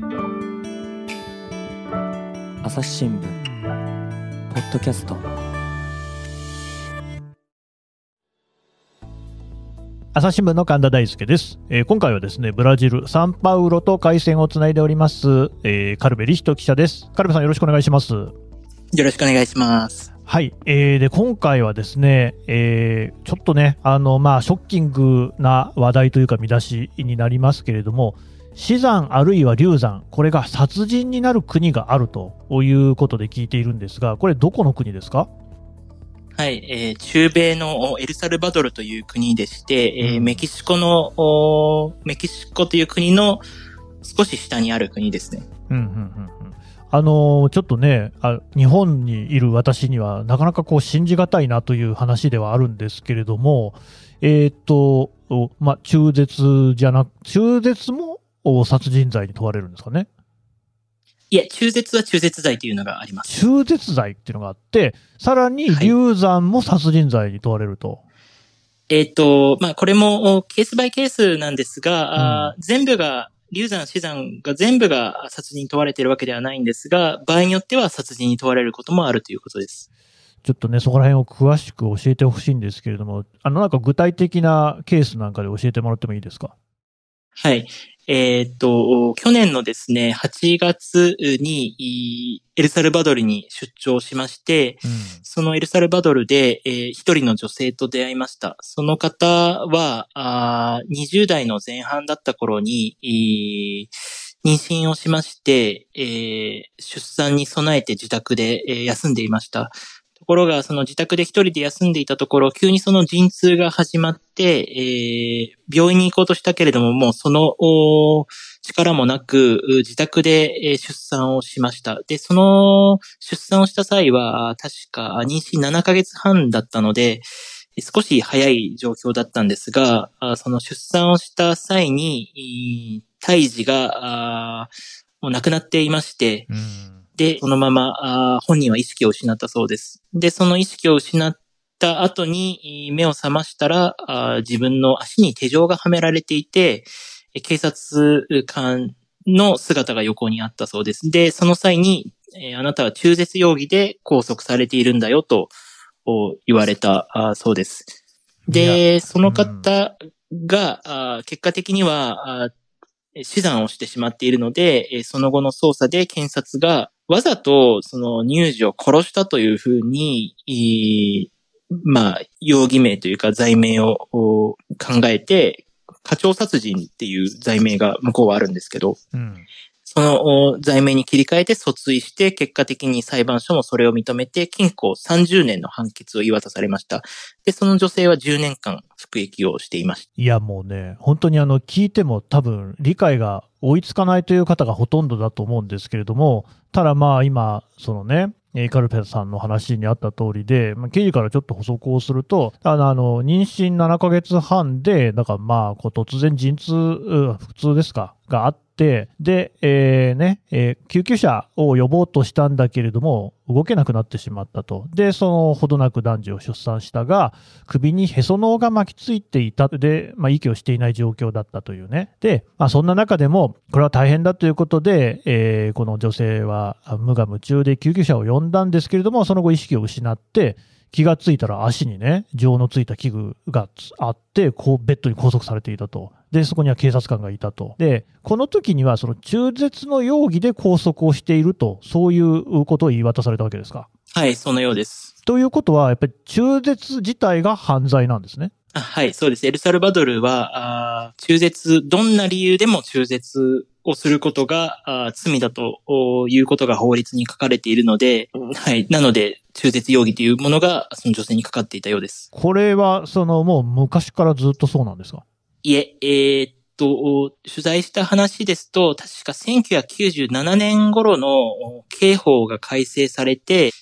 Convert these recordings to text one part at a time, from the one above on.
朝日新聞ポッドキャスト。 朝日新聞の神田大輔です。今回はですね、ブラジルサンパウロと回線をつないでおります、カルベリヒト記者です。カルベさん、よろしくお願いします。 よろしくお願いします。 はい、で今回はですね、ちょっとねショッキングな話題というか見出しになりますけれども、死産あるいは流産、これが殺人になる国があるということで聞いているんですが、これどこの国ですか？ はい、中米のエルサルバドルという国でして、メキシコという国の少し下にある国ですね。 ちょっとね、日本にいる私にはなかなか信じがたいなという話ではあるんですけれども、中絶も殺人罪に問われるんですかね？ いや、中絶は中絶罪というのがあります。 中絶罪っていうのがあって、さらに流産も殺人罪に問われると。 これもケースバイケースなんですが、全部が、流産、死産が全部が殺人に問われているわけではないんですが、場合によっては殺人に問われることもあるということです。 ちょっとね、そこら辺を詳しく教えてほしいんですけれども、なんか具体的なケースなんかで教えてもらってもいいですか？ はい。去年のですね、8月にエルサルバドルに出張しまして、そのエルサルバドルで一人の女性と出会いました。その方は20代の前半だった頃に妊娠をしまして、出産に備えて自宅で休んでいました。ところが、その自宅で一人で休んでいたところ、急にその陣痛が始まって、病院に行こうとしたけれども、もうその力もなく、自宅で出産をしました。で、その出産をした際は、確か妊娠7ヶ月半だったので、少し早い状況だったんですが、その出産をした際に、胎児がもう亡くなっていまして、で、そのまま本人は意識を失ったそうです。で、その意識を失った後に目を覚ましたら、自分の足に手錠がはめられていて、警察官の姿が横にあったそうです。で、その際に、あなたは中絶容疑で拘束されているんだよと言われたそうです。で、その方が結果的には死産をしてしまっているので、その後の捜査で検察がわざとその乳児を殺したというふうに、容疑名というか罪名を考えて、過剰殺人っていう罪名が向こうはあるんですけど、その罪名に切り替えて訴追して、結果的に裁判所もそれを認めて、禁錮30年の判決を言い渡されました。で、その女性は10年間服役をしていました。 いや、もうね、本当に聞いても多分理解が追いつかないという方がほとんどだと思うんですけれども、ただ今、そのね、カルペさんの話にあった通りで、刑事からちょっと補足をすると、妊娠7ヶ月半で、だから突然陣痛、普通ですか、があって、で、救急車を呼ぼうとしたんだけれども、動けなくなってしまったと。で、そのほどなく男児を出産したが、首にへその緒が巻きついていた。で、息をしていない状況だったというね。で、そんな中でも、これは大変だということで、この女性は無我夢中で救急車を呼んだんですけれども、その後意識を失って、気がついたら足にね、錠のついた器具があって、ベッドに拘束されていたと。で、そこには警察官がいたと。で、この時にはその中絶の容疑で拘束をしていると、そういうことを言い渡されたわけですか？ はい、そのようです。 ということは、やっぱり中絶自体が犯罪なんですね。 はい、そうです。エルサルバドルは、中絶、どんな理由でも中絶をすることが罪だということが法律に書かれているので、はい、なので、中絶容疑というものがその女性にかかっていたようです。 これは、もう昔からずっとそうなんですか？ いえ、取材した話ですと、確か1997年頃の刑法が改正されて、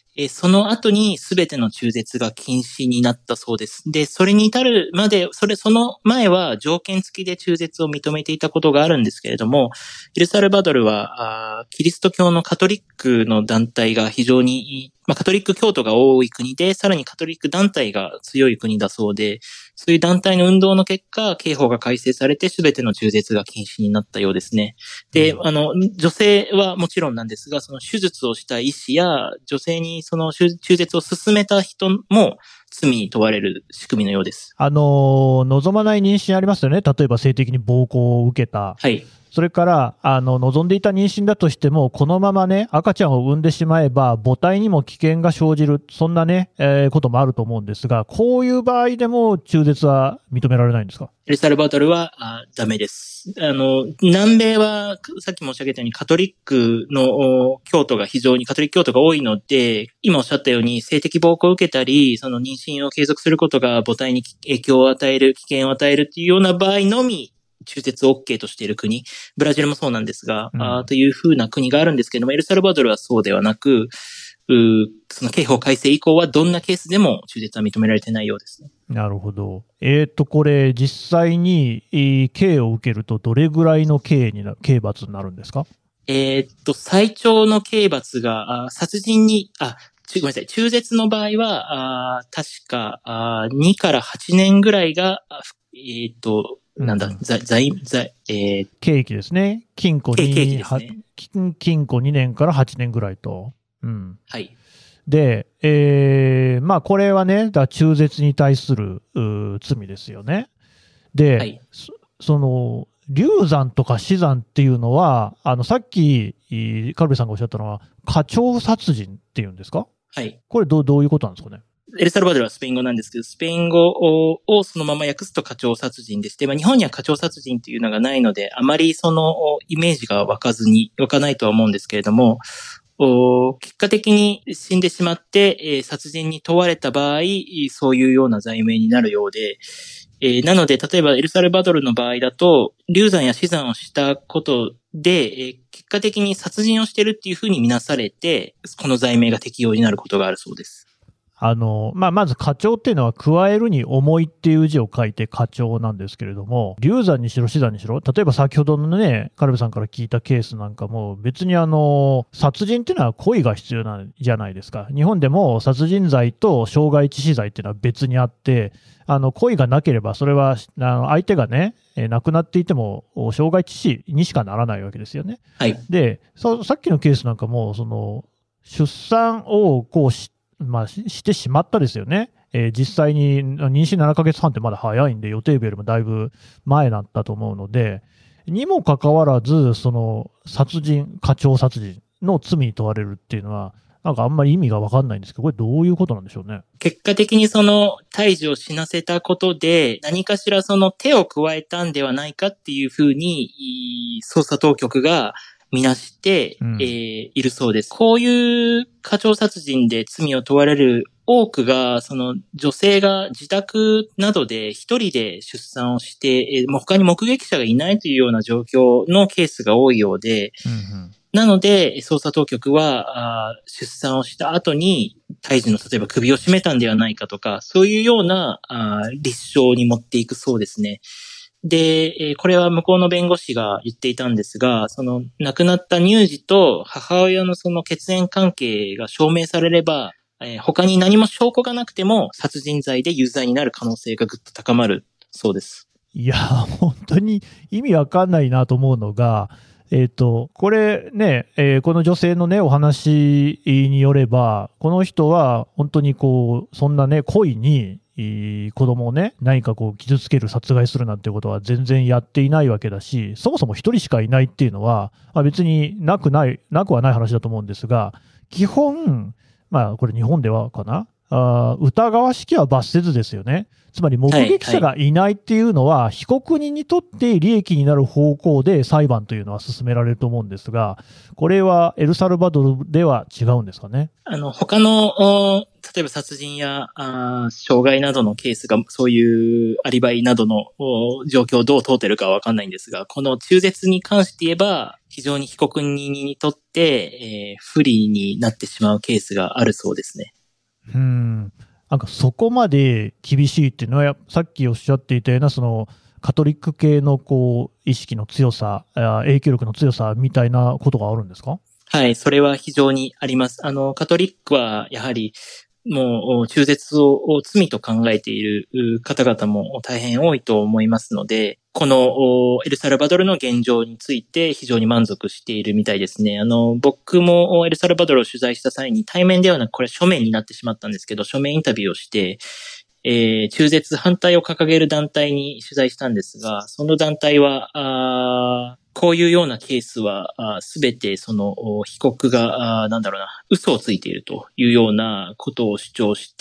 その後に全ての中絶が禁止になったそうです。で、それに至るまで、その前は条件付きで中絶を認めていたことがあるんですけれども、エルサルバドルは、キリスト教のカトリックの団体が非常に、カトリック教徒が多い国で、さらにカトリック団体が強い国だそうで、そういう団体の運動の結果、刑法が改正されて全ての中絶が禁止になったようですね。で、女性はもちろんなんですが、その手術をした医師や、女性にその中絶を進めた人も罪に問われる仕組みのようです。 望まない妊娠ありますよね。例えば性的に暴行を受けた。 はい。 それから、望んでいた妊娠だとしても、このままね、赤ちゃんを産んでしまえば、母体にも危険が生じる、そんなね、こともあると思うんですが、こういう場合でも中絶は認められないんですか？ エルサルバドルはダメです。南米は、さっき申し上げたようにカトリックの教徒が非常に、カトリック教徒が多いので、今おっしゃったように性的暴行を受けたり、その妊娠を継続することが母体に影響を与える、危険を与えるっていうような場合のみ、中絶を OK としている国、ブラジルもそうなんですが、というふうな国があるんですけれども、エルサルバドルはそうではなく、その刑法改正以降はどんなケースでも中絶は認められてないようですね。 なるほど。これ、実際に刑を受けると、どれぐらいの刑罰になるんですか？ 最長の刑罰が、殺人に、ごめんなさい、中絶の場合は、確か、2から8年ぐらいが、 刑期ですね。禁錮ですね。 禁錮2年から8年ぐらいと。うん。 はい。 で、これはね、中絶に対する罪ですよね。で、はい、その、流産とか死産っていうのは、さっき、カルベさんがおっしゃったのは、家長殺人っていうんですか？ はい。 これどういうことなんですかね？ エルサルバドルはスペイン語なんですけど、スペイン語をそのまま訳すと家長殺人でして、日本には家長殺人というのがないので、あまりそのイメージが湧かないとは思うんですけれども、結果的に死んでしまって、殺人に問われた場合、そういうような罪名になるようで、なので、例えばエルサルバドルの場合だと、流産や死産をしたことで、結果的に殺人をしているっていうふうに見なされて、この罪名が適用になることがあるそうです。 まず家長っていうのは加えるに重いっていう字を書いて家長なんですけれども、流産にしろ死産にしろ、例えば先ほどのね、カルベさんから聞いたケースなんかも、別に殺人っていうのは故意が必要なんじゃないですか。日本でも殺人罪と傷害致死罪っていうのは別にあって、故意がなければ、それは相手がね、亡くなっていても、傷害致死にしかならないわけですよね。 はい。 で、さっきのケースなんかも、出産をしてしまったですよね。実際に妊娠7ヶ月半ってまだ早いんで、予定日よりもだいぶ前だったと思うので、にもかかわらず、家長殺人の罪に問われるっていうのは、なんかあんまり意味がわかんないんですけど、これどういうことなんでしょうね。 結果的にその胎児を死なせたことで、何かしらその手を加えたんではないかっていうふうに、捜査当局がみなして、いるそうです。こういう家長殺人で罪を問われる多くが、その女性が自宅などで一人で出産をして、他に目撃者がいないというような状況のケースが多いようで、なので、捜査当局は、出産をした後に、胎児の例えば首を絞めたんではないかとか、そういうような立証に持っていくそうですね。で、これは向こうの弁護士が言っていたんですが、その亡くなった乳児と母親のその血縁関係が証明されれば、他に何も証拠がなくても殺人罪で有罪になる可能性がぐっと高まるそうです。 いや、本当に意味わかんないなと思うのが、これね、この女性のね、お話によれば、この人は本当にそんなね、故意に子供をね、何か傷つける、殺害するなんてことは全然やっていないわけだし、そもそも一人しかいないっていうのは、別になくはない話だと思うんですが、基本、これ日本ではかな、疑わしきは罰せずですよね。つまり目撃者がいないっていうのは、被告人にとって利益になる方向で裁判というのは進められると思うんですが、これはエルサルバドルでは違うんですかね。 他の、例えば殺人や傷害などのケースが、そういうアリバイなどの状況をどう通ってるかはわかんないんですが、この中絶に関して言えば、 非常に被告人にとって、不利になってしまうケースがあるそうですね。 なんかそこまで厳しいっていうのは、さっきおっしゃっていたような、そのカトリック系のこう意識の強さ、影響力の強さみたいなことがあるんですか？ はい、それは非常にあります。カトリックはやはり、もう中絶を罪と考えている方々も大変多いと思いますので、このエルサルバドルの現状について非常に満足しているみたいですね。僕もエルサルバドルを取材した際に対面ではなく、これ書面になってしまったんですけど、書面インタビューをして、中絶反対を掲げる団体に取材したんですが、その団体は、こういうようなケースは、すべてその被告が、嘘をついているというようなことを主張して、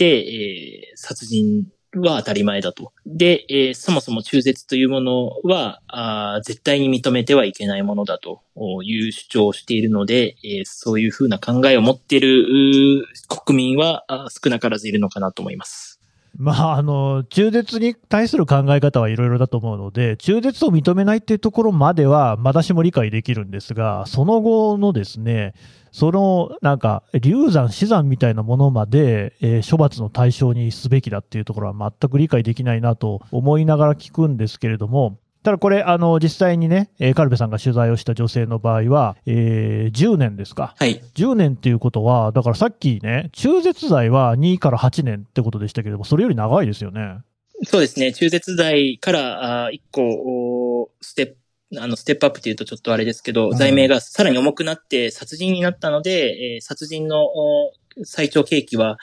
殺人は当たり前だと。で、そもそも中絶というものは、絶対に認めてはいけないものだという主張をしているので、そういうふうな考えを持っている国民は少なからずいるのかなと思います。 中絶に対する考え方はいろいろだと思うので、中絶を認めないっていうところまでは、私も理解できるんですが、その後のですね、流産、死産みたいなものまで、処罰の対象にすべきだっていうところは全く理解できないなと思いながら聞くんですけれども、ただこれ、実際にね、カルベさんが取材をした女性の場合は、10年ですか。 はい。 10年っていうことは、だからさっきね、中絶罪は2から8年ってことでしたけれども、それより長いですよね。 そうですね。中絶罪から1個、ステップアップというとちょっとあれですけど、罪名がさらに重くなって殺人になったので、殺人の最長刑期は、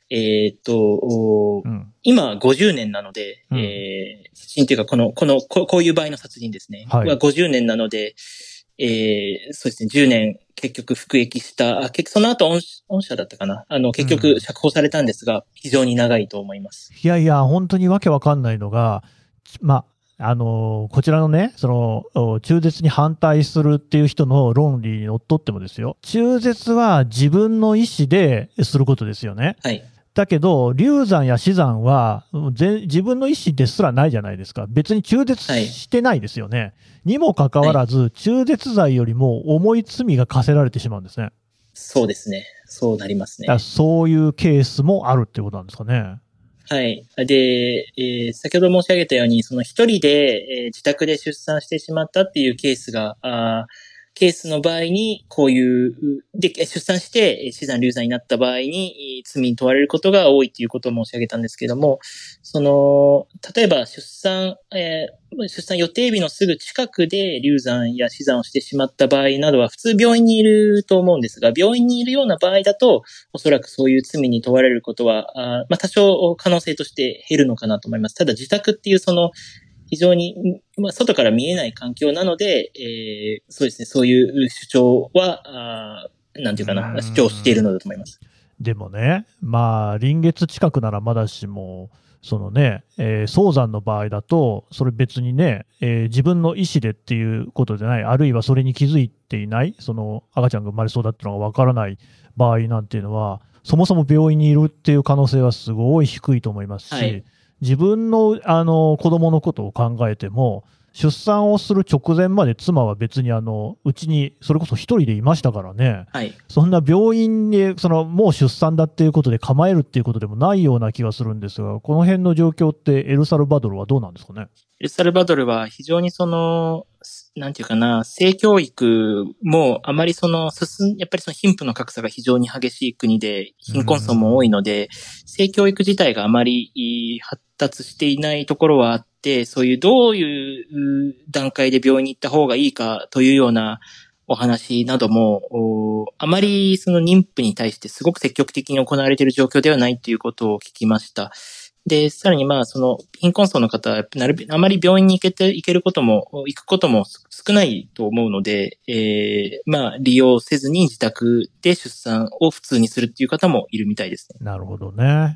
今50年なので、殺人というかこういう場合の殺人ですね。は50年なので、そうですね、10年結局服役した、その後恩赦だったかな。結局釈放されたんですが、非常に長いと思います。 いやいや、本当にわけわかんないのが、こちらのね、中絶に反対するっていう人の論理にのっとってもですよ、中絶は自分の意思ですることですよね。 はい。 だけど、流産や死産は自分の意思ですらないじゃないですか。別に中絶してないですよね。はい、にもかかわらず、中絶罪よりも重い罪が課せられてしまうんですね。 そうですね。そうなりますね。 そういうケースもあるってことなんですかね。 はい。で、先ほど申し上げたように、その一人で、自宅で出産してしまったっていうケースが、ケースの場合に、こういう、で、出産して、死産流産になった場合に、罪に問われることが多いということを申し上げたんですけども、例えば出産予定日のすぐ近くで流産や死産をしてしまった場合などは、普通病院にいると思うんですが、病院にいるような場合だと、おそらくそういう罪に問われることは、多少可能性として減るのかなと思います。ただ自宅っていう非常に、外から見えない環境なので、そうですね、そういう主張は、主張しているのだと思います。 でもね、臨月近くならまだしも、早産の場合だと、それ別にね、自分の意思でっていうことでない、あるいはそれに気づいていない、赤ちゃんが生まれそうだっていうのがわからない場合なんていうのは、そもそも病院にいるっていう可能性はすごい低いと思いますし、はい、自分の子供のことを考えても、出産をする直前まで妻は別にうちにそれこそ一人でいましたからね、 はい、 そんな病院にもう出産だっていうことで構えるっていうことでもないような気がするんですが、この辺の状況ってエルサルバドルはどうなんですかね。 エルサルバドルは非常になんていうかな、性教育もあまりやっぱり貧富の格差が非常に激しい国で、貧困層も多いので、性教育自体があまり発達していないところはあって、そういうどういう段階で病院に行った方がいいかというようなお話なども、あまり妊婦に対してすごく積極的に行われている状況ではないということを聞きました。で、さらに貧困層の方は、あまり病院に行くことも少ないと思うので、利用せずに自宅で出産を普通にするっていう方もいるみたいですね。 なるほどね。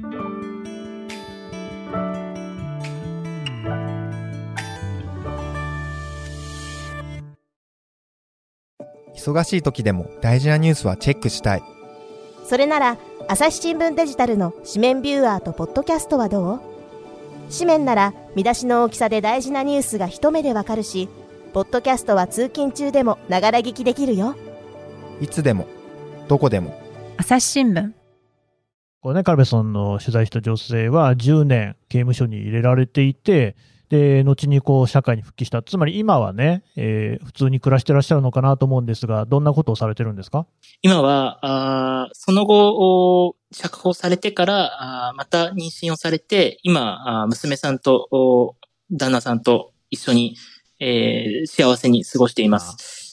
忙しい時でも大事なニュースはチェックしたい。 それなら朝日新聞デジタルの紙面ビューアーとポッドキャストはどう？紙面なら見出しの大きさで大事なニュースが一目でわかるし、 ポッドキャストは通勤中でもながら聞きできるよ。 いつでもどこでも朝日新聞。 これね、カルベさんの取材した女性は10年刑務所に入れられていて、で、後にこう社会に復帰した。つまり今はね、普通に暮らしてらっしゃるのかなと思うんですが、どんなことをされてるんですか？ 今は、その後、釈放されてから、また妊娠をされて、今、娘さんと、旦那さんと一緒に、幸せに過ごしています。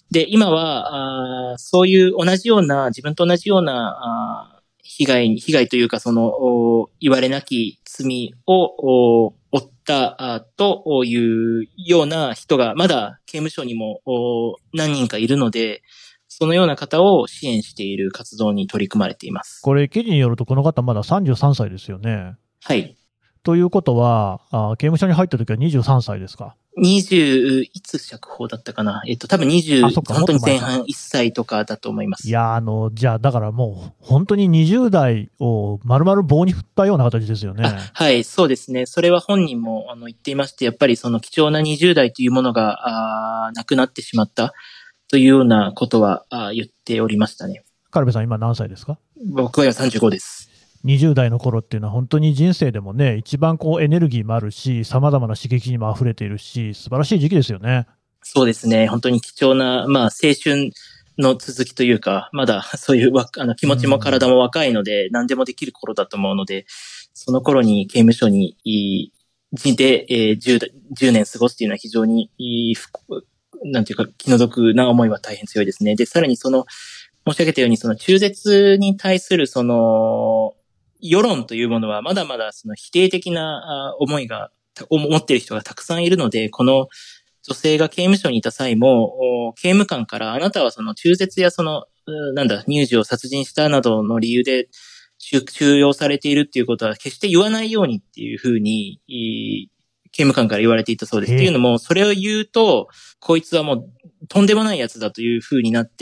で、今は、そういう自分と同じような、被害というか、言われなき罪を負ったというような人がまだ刑務所にも何人かいるので、そのような方を支援している活動に取り組まれています。 これ、記事によるとこの方まだ33歳ですよね。 はい。 ということは、刑務所に入った時は23歳ですかいつ釈放だったかな。多分本当に前半1歳とかだと思います。 いや、じゃあ、だからもう、本当に20代を丸々棒に振ったような形ですよね。 はい、そうですね。それは本人も言っていまして、やっぱりその貴重な20代というものがなくなってしまったというようなことは言っておりましたね。 カルベさん今何歳ですか？ 僕は今35です。 20代の頃っていうのは本当に人生でもね、一番こうエネルギーもあるし、様々な刺激にも溢れているし、素晴らしい時期ですよね。 そうですね。本当に貴重な、青春の続きというか、まだそういう気持ちも体も若いので、何でもできる頃だと思うので、その頃に刑務所に10年過ごすっていうのは非常になんていうか気の毒な思いは大変強いですね。で、さらに申し上げたように中絶に対する世論というものはまだまだ否定的な思っている人がたくさんいるので、この女性が刑務所にいた際も、刑務官からあなたは中絶や乳児を殺人したなどの理由で収容されているっていうことは決して言わないようにっていうふうに、刑務官から言われていたそうです。っていうのも、それを言うと、こいつはもうとんでもないやつだというふうになって、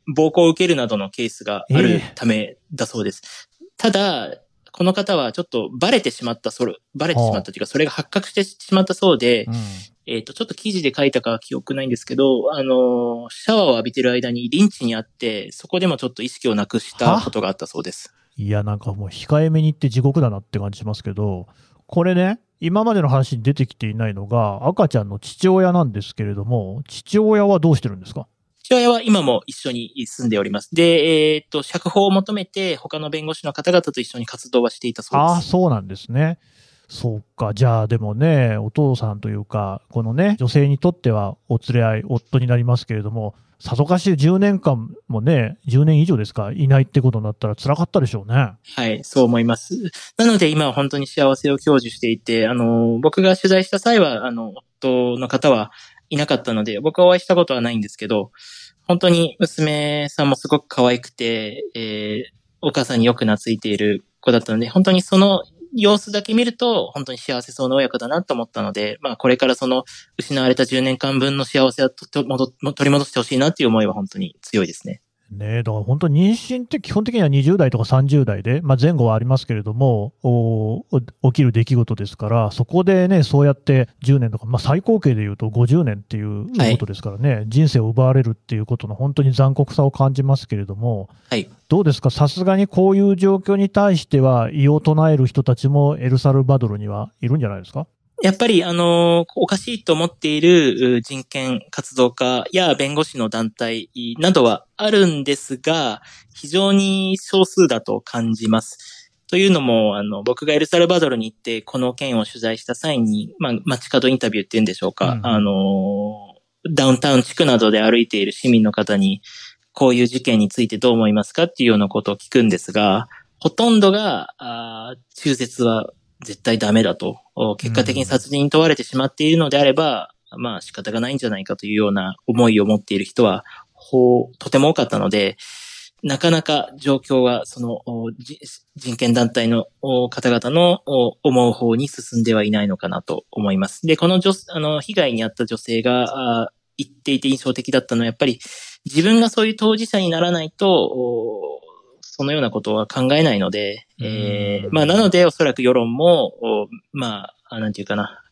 暴行を受けるなどのケースがあるためだそうです。ただ、この方はちょっとバレてしまったというか、それが発覚してしまったそうで、ちょっと記事で書いたかは記憶ないんですけど、シャワーを浴びてる間にリンチにあって、そこでもちょっと意識をなくしたことがあったそうです。 いや、なんかもう控えめに言って地獄だなって感じしますけど、これね、今までの話に出てきていないのが、赤ちゃんの父親なんですけれども、父親はどうしてるんですか？ 父親は今も一緒に住んでおります。で、釈放を求めて他の弁護士の方々と一緒に活動はしていたそうです。 ああ、そうなんですね。そうか。じゃあでもね、お父さんというか、このね、女性にとってはお連れ合い、夫になりますけれども、さぞかし10年間もね、10年以上ですか、いないってことになったら辛かったでしょうね。 はい、そう思います。なので今は本当に幸せを享受していて、僕が取材した際は、夫の方はいなかったので、僕はお会いしたことはないんですけど、本当に娘さんもすごく可愛くて、お母さんによく懐いている子だったので、本当にその様子だけ見ると、本当に幸せそうな親子だなと思ったので、これから失われた10年間分の幸せを取り戻してほしいなっていう思いは本当に強いですね。 ねえ、だから本当に妊娠って基本的には20代とか30代で、前後はありますけれども、起きる出来事ですから、そこでね、そうやって10年とか、最高刑でいうと50年っていうことですからね、人生を奪われるっていうことの本当に残酷さを感じますけれども、 はい。 どうですか、さすがにこういう状況に対しては、異を唱える人たちもエルサルバドルにはいるんじゃないですか？ やっぱり、おかしいと思っている人権活動家や弁護士の団体などはあるんですが、非常に少数だと感じます。というのも、僕がエルサルバドルに行って、この件を取材した際に、街角インタビューっていうんでしょうか、ダウンタウン地区などで歩いている市民の方に、こういう事件についてどう思いますかっていうようなことを聞くんですが、ほとんどが、中絶は絶対ダメだと。結果的に殺人に問われてしまっているのであれば、仕方がないんじゃないかというような思いを持っている人は、とても多かったので、なかなか状況は、人権団体の方々の思う方に進んではいないのかなと思います。で、この被害に遭った女性が言っていて印象的だったのは、やっぱり自分がそういう当事者にならないと、そのようなことは考えないので、なのでおそらく世論も、なんていうかな、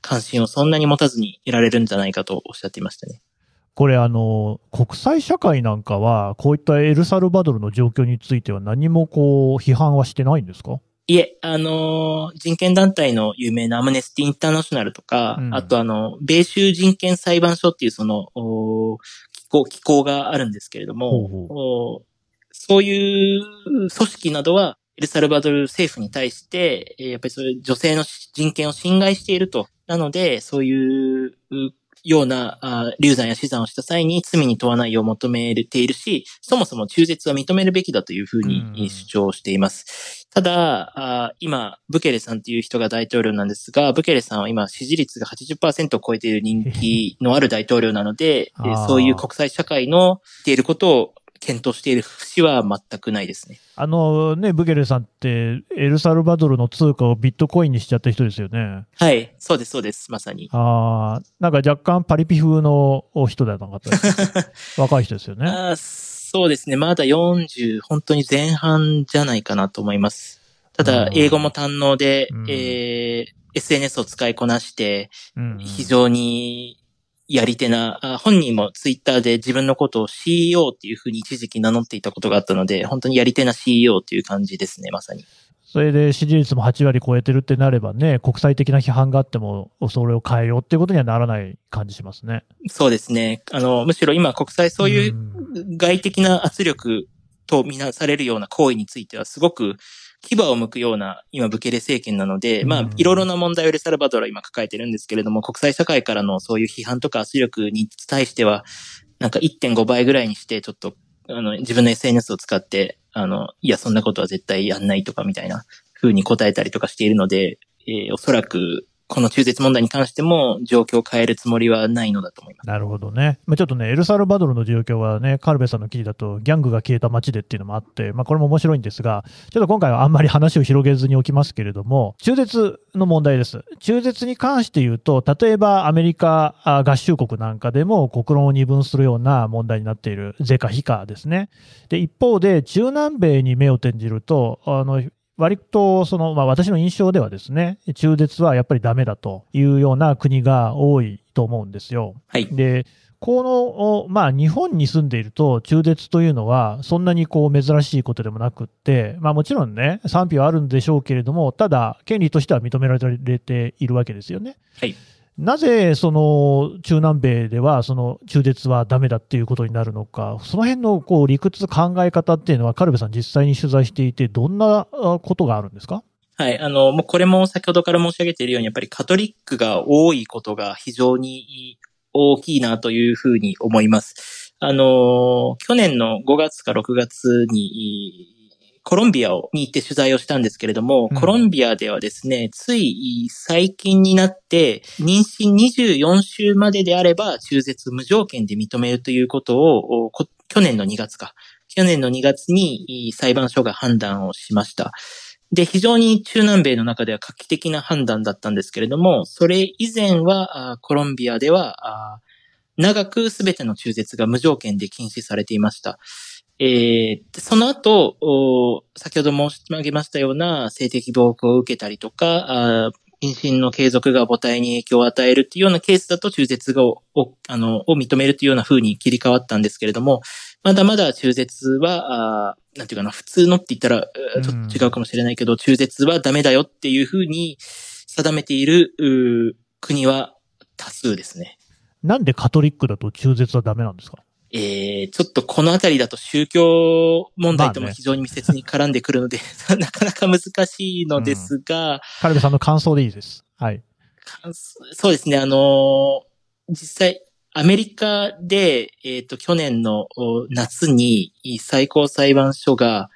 関心をそんなに持たずにいられるんじゃないかとおっしゃっていましたね。 これ国際社会なんかは、こういったエルサルバドルの状況については何も批判はしてないんですか？ いえ、人権団体の有名なアムネスティインターナショナルとか、あと米州人権裁判所っていう機構があるんですけれども、そういう組織などは、エルサルバドル政府に対して、やっぱりそういう女性の人権を侵害していると。なので、そういうような流産や死産をした際に罪に問わないよう求めているし、そもそも中絶は認めるべきだというふうに主張しています。ただ、今、ブケレさんという人が大統領なんですが、ブケレさんは今支持率が 80% を超えている人気のある大統領なので、そういう国際社会の言っていることを検討している節は全くないですね。 ブケレさんって、エルサルバドルの通貨をビットコインにしちゃった人ですよね。 はい、そうです、そうです、まさに。 なんか若干パリピ風の人だなかったです若い人ですよね。 そうですね、まだ40、本当に前半じゃないかなと思います。ただ、英語も堪能で、SNS を使いこなして、非常にやり手な、本人もツイッターで自分のことを CEO っていうふうに一時期名乗っていたことがあったので、本当にやり手な CEO っていう感じですね、まさに。 それで支持率も8割超えてるってなればね、国際的な批判があっても、それを変えようっていうことにはならない感じしますね。 そうですね。むしろ今国際そういう外的な圧力とみなされるような行為についてはすごく牙を向くような今ブケレ政権なので、いろいろな問題をエルサルバドルは今抱えてるんですけれども、国際社会からのそういう批判とか圧力に対しては、なんか 1.5 倍ぐらいにして、ちょっと、自分の SNS を使って、いや、そんなことは絶対やんないとかみたいな風に答えたりとかしているので、おそらく、この中絶問題に関しても状況を変えるつもりはないのだと思います。 なるほどね。ちょっとね、エルサルバドルの状況はね、カルベさんの記事だとギャングが消えた街でっていうのもあって、これも面白いんですが、ちょっと今回はあんまり話を広げずにおきますけれども、中絶の問題です。中絶に関して言うと、例えばアメリカ合衆国なんかでも国論を二分するような問題になっている是か非かですね。で、一方で中南米に目を転じると、割と私の印象ではですね、中絶はやっぱりダメだというような国が多いと思うんですよ。 はい。 で、日本に住んでいると中絶というのはそんなに珍しいことでもなくって、もちろんね、賛否はあるんでしょうけれども、ただ、権利としては認められているわけですよね。 はい。 なぜ中南米では中絶はダメだっていうことになるのか、その辺の理屈、考え方っていうのは、カルベさん、実際に取材していて、どんなことがあるんですか？ はい。もうこれも先ほどから申し上げているように、やっぱりカトリックが多いことが非常に大きいなというふうに思います。去年の5月か6月に、コロンビアに行って取材をしたんですけれども、コロンビアではですね、つい最近になって、妊娠24週までであれば中絶無条件で認めるということを、去年の2月に裁判所が判断をしました。で、非常に中南米の中では画期的な判断だったんですけれども、それ以前はコロンビアでは長くすべての中絶が無条件で禁止されていました。その後、先ほど申し上げましたような性的暴行を受けたりとか、妊娠の継続が母体に影響を与えるっていうようなケースだと中絶を認めるというような風に切り替わったんですけれども、まだまだ中絶は、なんていうかな、普通のって言ったら、ちょっと違うかもしれないけど、中絶はダメだよっていう風に定めている国は多数ですね。 なんでカトリックだと中絶はダメなんですか？ ちょっとこのあたりだと宗教問題とも非常に密接に絡んでくるので、なかなか難しいのですが、 カルベさんの感想でいいです。はい。 そうですね、実際、アメリカで、去年の夏に最高裁判所が、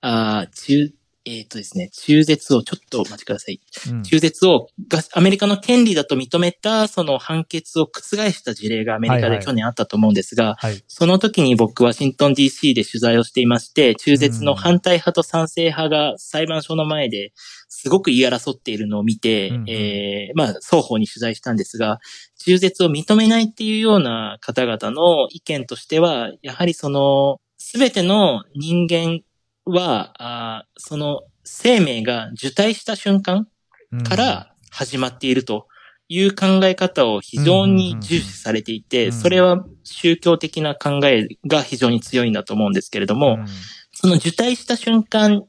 ですね、中絶をちょっとお待ちください。中絶をアメリカの権利だと認めたその判決を覆した事例がアメリカで去年あったと思うんですが、その時に僕ワシントン DC で取材をしていまして、中絶の反対派と賛成派が裁判所の前ですごく言い争っているのを見て、双方に取材したんですが、中絶を認めないっていうような方々の意見としては、やはりすべての人間は、生命が受胎した瞬間から始まっているという考え方を非常に重視されていて、それは宗教的な考えが非常に強いんだと思うんですけれども、その受胎した瞬間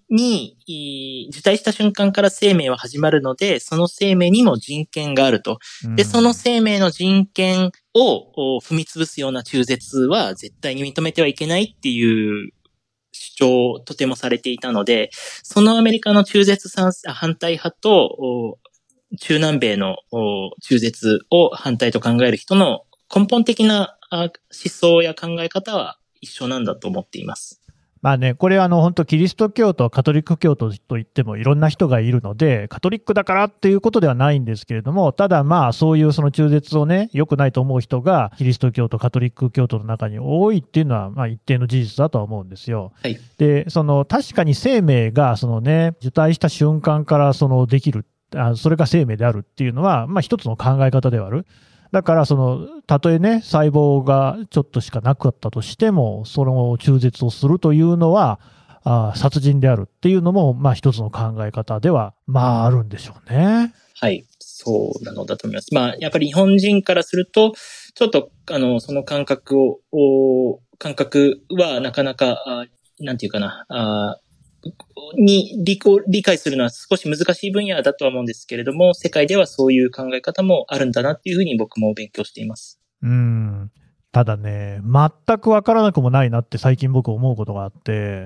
から生命は始まるので、その生命にも人権があると。で、その生命の人権を踏み潰すような中絶は絶対に認めてはいけないっていう主張をとてもされていたので、そのアメリカの中絶反対派と、中南米の中絶を反対と考える人の根本的な思想や考え方は一緒なんだと思っています。 まあね、これは本当キリスト教徒、カトリック教徒といってもいろんな人がいるので、カトリックだからっていうことではないんですけれども、ただまあそういうその中絶をね、良くないと思う人がキリスト教徒、カトリック教徒の中に多いっていうのはまあ一定の事実だとは思うんですよ。 はい、 で、確かに生命が受胎した瞬間からできる、それが生命であるっていうのは、まあ一つの考え方ではある。だからたとえね、細胞がちょっとしかなかったとしても、その中絶をするというのは、殺人であるっていうのも、まあ一つの考え方では、まああるんでしょうね。 はい、そうなのだと思います。まあ、やっぱり日本人からすると、ちょっと、その感覚はなかなか、なんていうかな、理解するのは少し難しい分野だとは思うんですけれども、世界ではそういう考え方もあるんだなっていうふうに僕も勉強しています。 ただね、全くわからなくもないなって最近僕思うことがあって、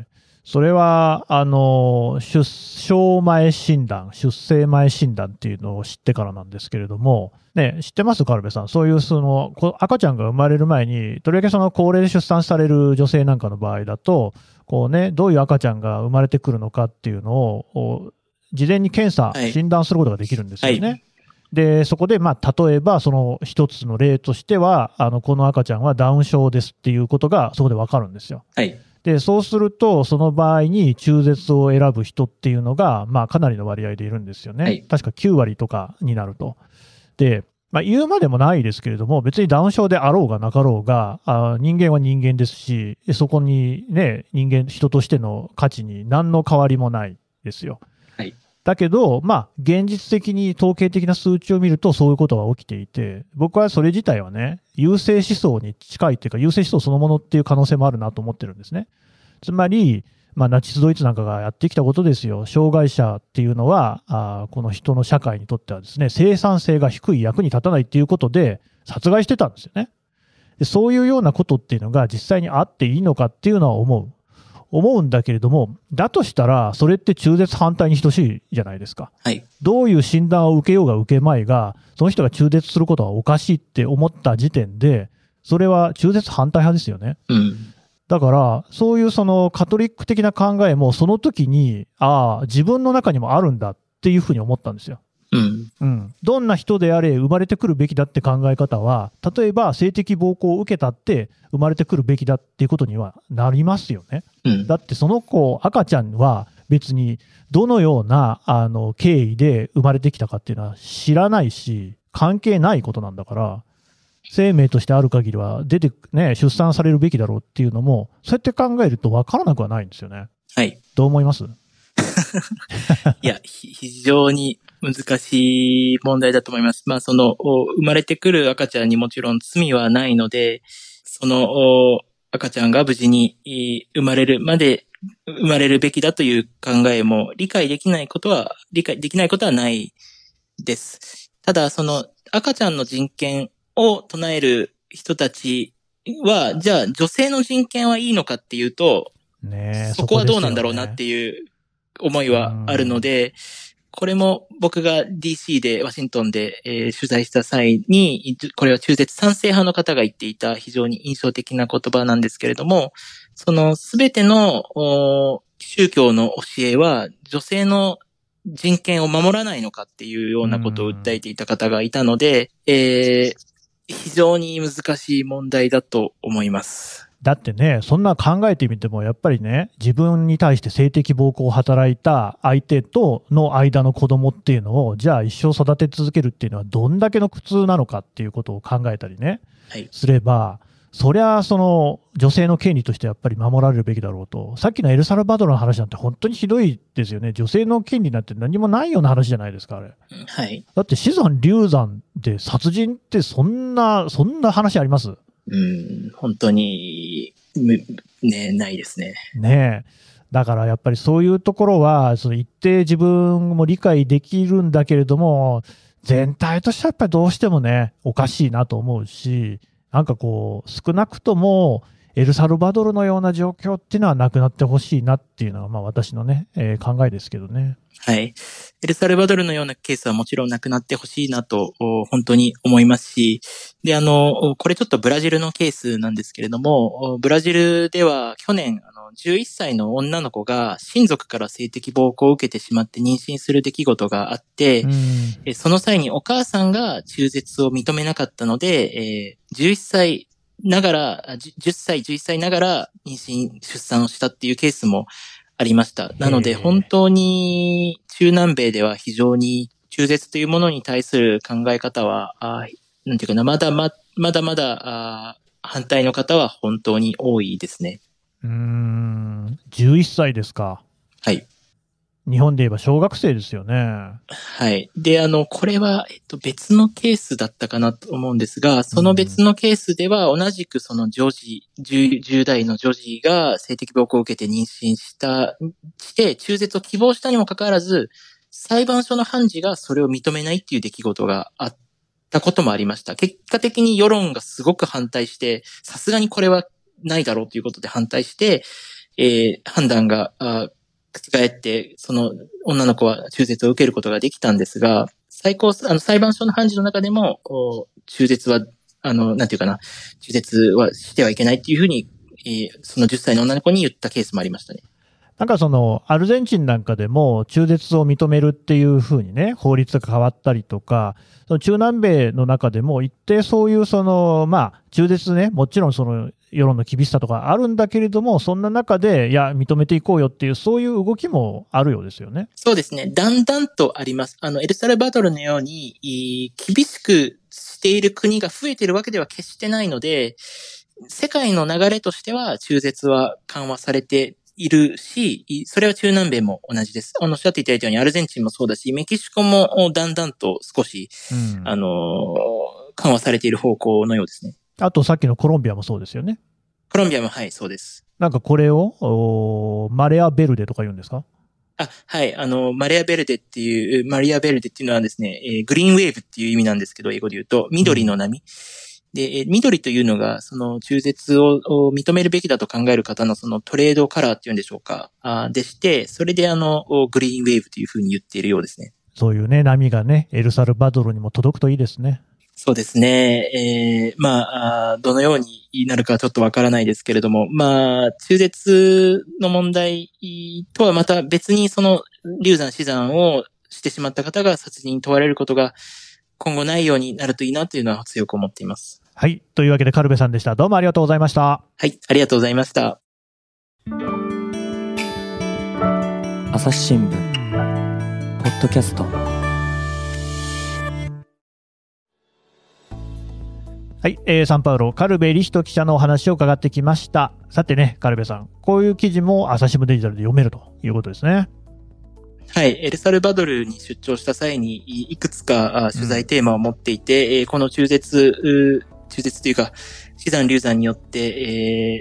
それは、出生前診断っていうのを知ってからなんですけれども、ね、知ってますカルベさん。そういう赤ちゃんが生まれる前に、とりわけ高齢で出産される女性なんかの場合だと、こうね、どういう赤ちゃんが生まれてくるのかっていうのを、事前に検査、診断することができるんですよね。はい、で、そこで、まあ、例えば、一つの例としては、この赤ちゃんはダウン症ですっていうことが、そこでわかるんですよ。 はい。 で、そうすると、その場合に中絶を選ぶ人っていうのが、まあ、かなりの割合でいるんですよね。はい、確か9割とかになると。で、まあ、言うまでもないですけれども、別にダウン症であろうがなかろうが、人間は人間ですし、そこにね、人としての価値に何の変わりもないですよ。 はい。 だけど、まあ、現実的に統計的な数値を見るとそういうことが起きていて、僕はそれ自体はね、優生思想に近いというか、優生思想そのものっていう可能性もあるなと思ってるんですね。つまり、まあ、ナチスドイツなんかがやってきたことですよ。障害者っていうのは、この人の社会にとってはですね、生産性が低い、役に立たないっていうことで殺害してたんですよね。で、そういうようなことっていうのが実際にあっていいのかっていうのは思うんだけれども、だとしたら、それって中絶反対に等しいじゃないですか。 はい。 どういう診断を受けようが受けまいが、その人が中絶することはおかしいって思った時点で、それは中絶反対派ですよね。 うん。 だから、そういうカトリック的な考えも、その時に、自分の中にもあるんだっていうふうに思ったんですよ。 うん。 どんな人であれ生まれてくるべきだって考え方は、例えば性的暴行を受けたって生まれてくるべきだっていうことにはなりますよね。 うん、 だってその子、赤ちゃんは別にどのような経緯で生まれてきたかっていうのは知らないし、関係ないことなんだから、生命としてある限りは出産されるべきだろうっていうのも、そうやって考えると分からなくはないんですよね。 はい。 どう思います？ いや、非常に難しい問題だと思います。まあ、生まれてくる赤ちゃんにもちろん罪はないので、その赤ちゃんが無事に生まれるまで生まれるべきだという考えも理解できないことはないです。ただ、赤ちゃんの人権を唱える人たちは、じゃあ女性の人権はいいのかっていうと、そこはどうなんだろうなっていう思いはあるので、これも僕が DC で、ワシントンで、取材した際に、これは中絶賛成派の方が言っていた非常に印象的な言葉なんですけれども、すべての宗教の教えは女性の人権を守らないのかっていうようなことを訴えていた方がいたので、非常に難しい問題だと思います。 だってね、そんな考えてみても、やっぱりね、自分に対して性的暴行を働いた相手との間の子供っていうのを、じゃあ一生育て続けるっていうのはどんだけの苦痛なのかっていうことを考えたりね、 はい、 すれば、 そりゃその女性の権利としてやっぱり守られるべきだろうと、さっきのエルサルバドルの話なんて本当にひどいですよね。女性の権利なんて何もないような話じゃないですか、あれ。 はい。 だって死産流産で殺人ってそんな話あります？ 本当に、ね、ないですね。 ねえ。だからやっぱりそういうところは、その一定自分も理解できるんだけれども、全体としてはやっぱりどうしてもね、おかしいなと思うし、なんかこう、少なくとも、エルサルバドルのような状況っていうのはなくなってほしいなっていうのが、まあ私のね、考えですけどね。 はい。エルサルバドルのようなケースはもちろんなくなってほしいなと、本当に思いますし、で、これちょっとブラジルのケースなんですけれども、ブラジルでは去年、11歳の女の子が親族から性的暴行を受けてしまって妊娠する出来事があって、その際にお母さんが中絶を認めなかったので、11歳ながら、10歳、11歳ながら妊娠、出産をしたっていうケースもありました。なので本当に中南米では非常に中絶というものに対する考え方は、なんていうかな、まだまだ反対の方は本当に多いですね。 11歳ですか。 はい。 日本で言えば小学生ですよね。 はい。で、これは、別のケースだったかなと思うんですが、その別のケースでは、同じくその10代の女児が性的暴行を受けて妊娠して、中絶を希望したにもかかわらず、裁判所の判事がそれを認めないっていう出来事があったこともありました。結果的に世論がすごく反対して、さすがにこれはないだろうということで反対して、判断が、覆って、その女の子は中絶を受けることができたんですが、裁判所の判事の中でも、中絶は、なんていうかな、中絶はしてはいけないっていうふうに、その10歳の女の子に言ったケースもありましたね。 なんかその、アルゼンチンなんかでも中絶を認めるっていうふうにね、法律が変わったりとか、その中南米の中でも一定そういうその、まあ、中絶ね、もちろんその、世論の厳しさとかあるんだけれども、そんな中で、いや、認めていこうよっていう、そういう動きもあるようですよね。 そうですね。だんだんとあります。エルサルバドルのように、厳しくしている国が増えているわけでは決してないので、世界の流れとしては、中絶は緩和されているし、それは中南米も同じです。おっしゃっていただいたように、アルゼンチンもそうだし、メキシコもだんだんと少し、緩和されている方向のようですね。 あとさっきのコロンビアもそうですよね。 コロンビアも、はい、そうです。 なんかこれを、マレアベルデとか言うんですか？ はい、マリアベルデっていうのはですね、グリーンウェーブっていう意味なんですけど、英語で言うと、緑の波。で、緑というのが、その中絶を認めるべきだと考える方のそのトレードカラーっていうんでしょうか。でして、それでグリーンウェーブというふうに言っているようですね。 そういうね、波がね、エルサルバドルにも届くといいですね。 そうですね。どのようになるかちょっとわからないですけれども、中絶の問題とはまた別にその流産死産をしてしまった方が殺人に問われることが今後ないようになるといいなというのは強く思っています。 はい。というわけで、カルベさんでした。どうもありがとうございました。 はい。ありがとうございました。 朝日新聞ポッドキャスト。 はい、サンパウロ、カルベリヒト記者のお話を伺ってきました。さてね、カルベさん、こういう記事も朝日新聞デジタルで読めるということですね。 はい。エルサルバドルに出張した際に、いくつか取材テーマを持っていて、この中絶というか、死産流産によって、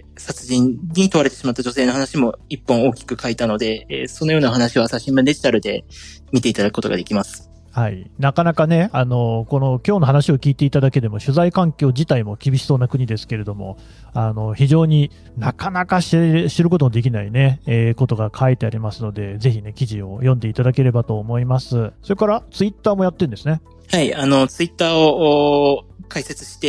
殺人に問われてしまった女性の話も一本大きく書いたので、そのような話を朝日新聞デジタルで見ていただくことができます。 はい。なかなかね、この今日の話を聞いていただけでも、取材環境自体も厳しそうな国ですけれども、非常になかなか知ることのできないね、ことが書いてありますので、ぜひね、記事を読んでいただければと思います。それから、ツイッターもやってるんですね。 はい。ツイッターを解説して、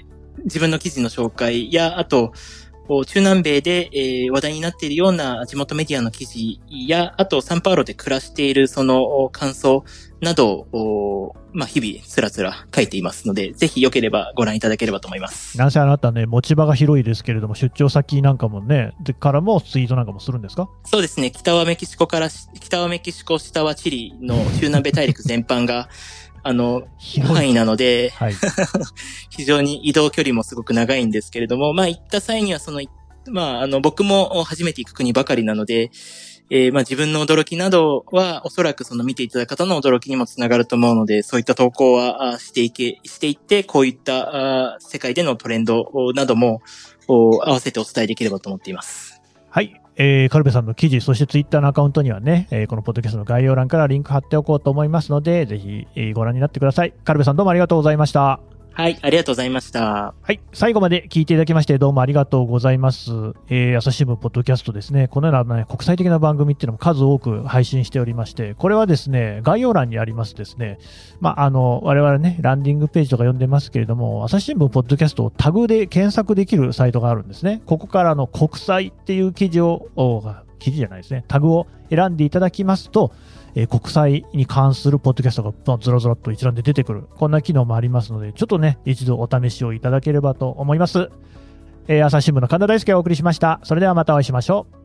自分の記事の紹介や、あと、中南米で、話題になっているような地元メディアの記事や、あとサンパウロで暮らしているその感想などを、日々つらつら書いていますので、ぜひよければご覧いただければと思います。 なんせあなたね、持ち場が広いですけれども、出張先なんかもね、からもツイートなんかもするんですか？ そうですね。北はメキシコ、下はチリの中南米大陸全般が範囲なので、 はい、 非常に移動距離もすごく長いんですけれども、行った際には僕も初めて行く国ばかりなので、自分の驚きなどはおそらく見ていただく方の驚きにもつながると思うので、そういった投稿はしていって、こういった世界でのトレンドなども合わせてお伝えできればと思っています。 はい。カルベさんの記事、そしてツイッターのアカウントにはね、このポッドキャストの概要欄からリンク貼っておこうと思いますので、ぜひ、ご覧になってください。カルベさんどうもありがとうございました。 はい、ありがとうございました。 はい、最後まで聞いていただきましてどうもありがとうございます。朝日新聞ポッドキャストですね、このような、ね、国際的な番組っていうのも数多く配信しておりまして、これはですね、概要欄にありますですね、我々ね、ランディングページとか読んでますけれども、朝日新聞ポッドキャストをタグで検索できるサイトがあるんですね。ここから国際っていう記事じゃないですね、タグを選んでいただきますと、国際に関するポッドキャストがずらずらっと一覧で出てくる、こんな機能もありますので、ちょっとね、一度お試しをいただければと思います。朝日新聞の神田大輔がお送りしました。それではまたお会いしましょう。